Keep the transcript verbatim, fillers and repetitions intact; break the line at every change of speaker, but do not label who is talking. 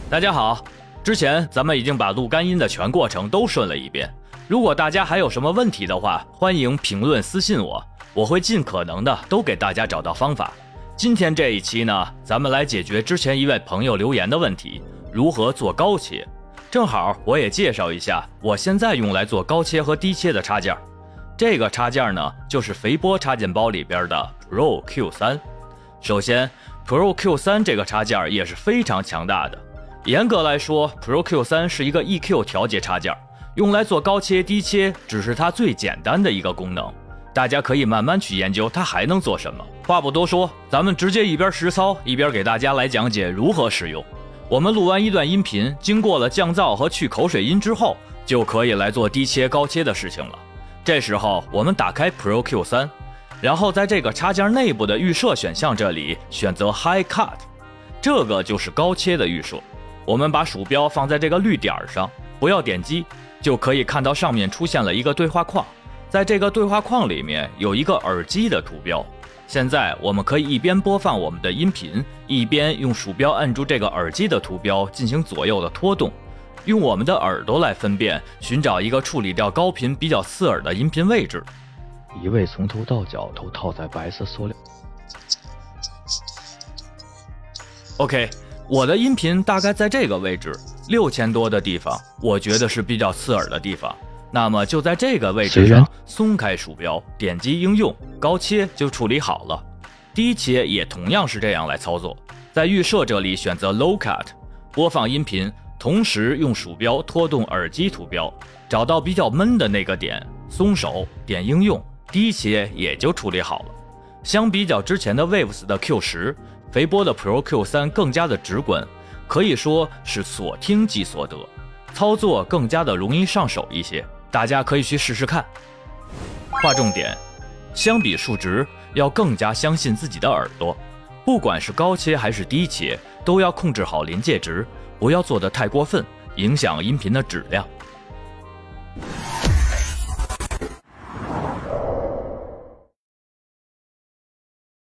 大家好，之前咱们已经把录干音的全过程都顺了一遍。如果大家还有什么问题的话，欢迎评论私信我，我会尽可能的都给大家找到方法。今天这一期呢，咱们来解决之前一位朋友留言的问题，如何做高切。正好我也介绍一下我现在用来做高切和低切的插件。这个插件呢，就是肥波插件包里边的 Pro Q 三。首先 Pro Q 三 这个插件也是非常强大的。严格来说 Pro Q 三 是一个 E Q 调节插件，用来做高切低切只是它最简单的一个功能，大家可以慢慢去研究它还能做什么。话不多说，咱们直接一边实操一边给大家来讲解如何使用。我们录完一段音频，经过了降噪和去口水音之后，就可以来做低切高切的事情了。这时候我们打开 Pro Q 三，然后在这个插件内部的预设选项这里选择 High Cut， 这个就是高切的预设。我们把鼠标放在这个绿点上，不要点击，就可以看到上面出现了一个对话框。在这个对话框里面有一个耳机的图标。现在我们可以一边播放我们的音频，一边用鼠标按住这个耳机的图标进行左右的拖动，用我们的耳朵来分辨，寻找一个处理掉高频比较刺耳的音频位置。
一位从头到脚都套在白色塑料。
OK， 我的音频大概在这个位置，六千多的地方，我觉得是比较刺耳的地方。那么就在这个位置上松开鼠标，点击应用，高切就处理好了。低切也同样是这样来操作，在预设这里选择 Low Cut， 播放音频，同时用鼠标拖动耳机图标，找到比较闷的那个点，松手点应用，低切也就处理好了。相比较之前的 Waves 的 Q 十， 肥波的 Pro Q 三 更加的直观，可以说是所听即所得，操作更加的容易上手一些，大家可以去试试看。划重点，相比数值要更加相信自己的耳朵，不管是高切还是低切，都要控制好临界值，不要做得太过分，影响音频的质量。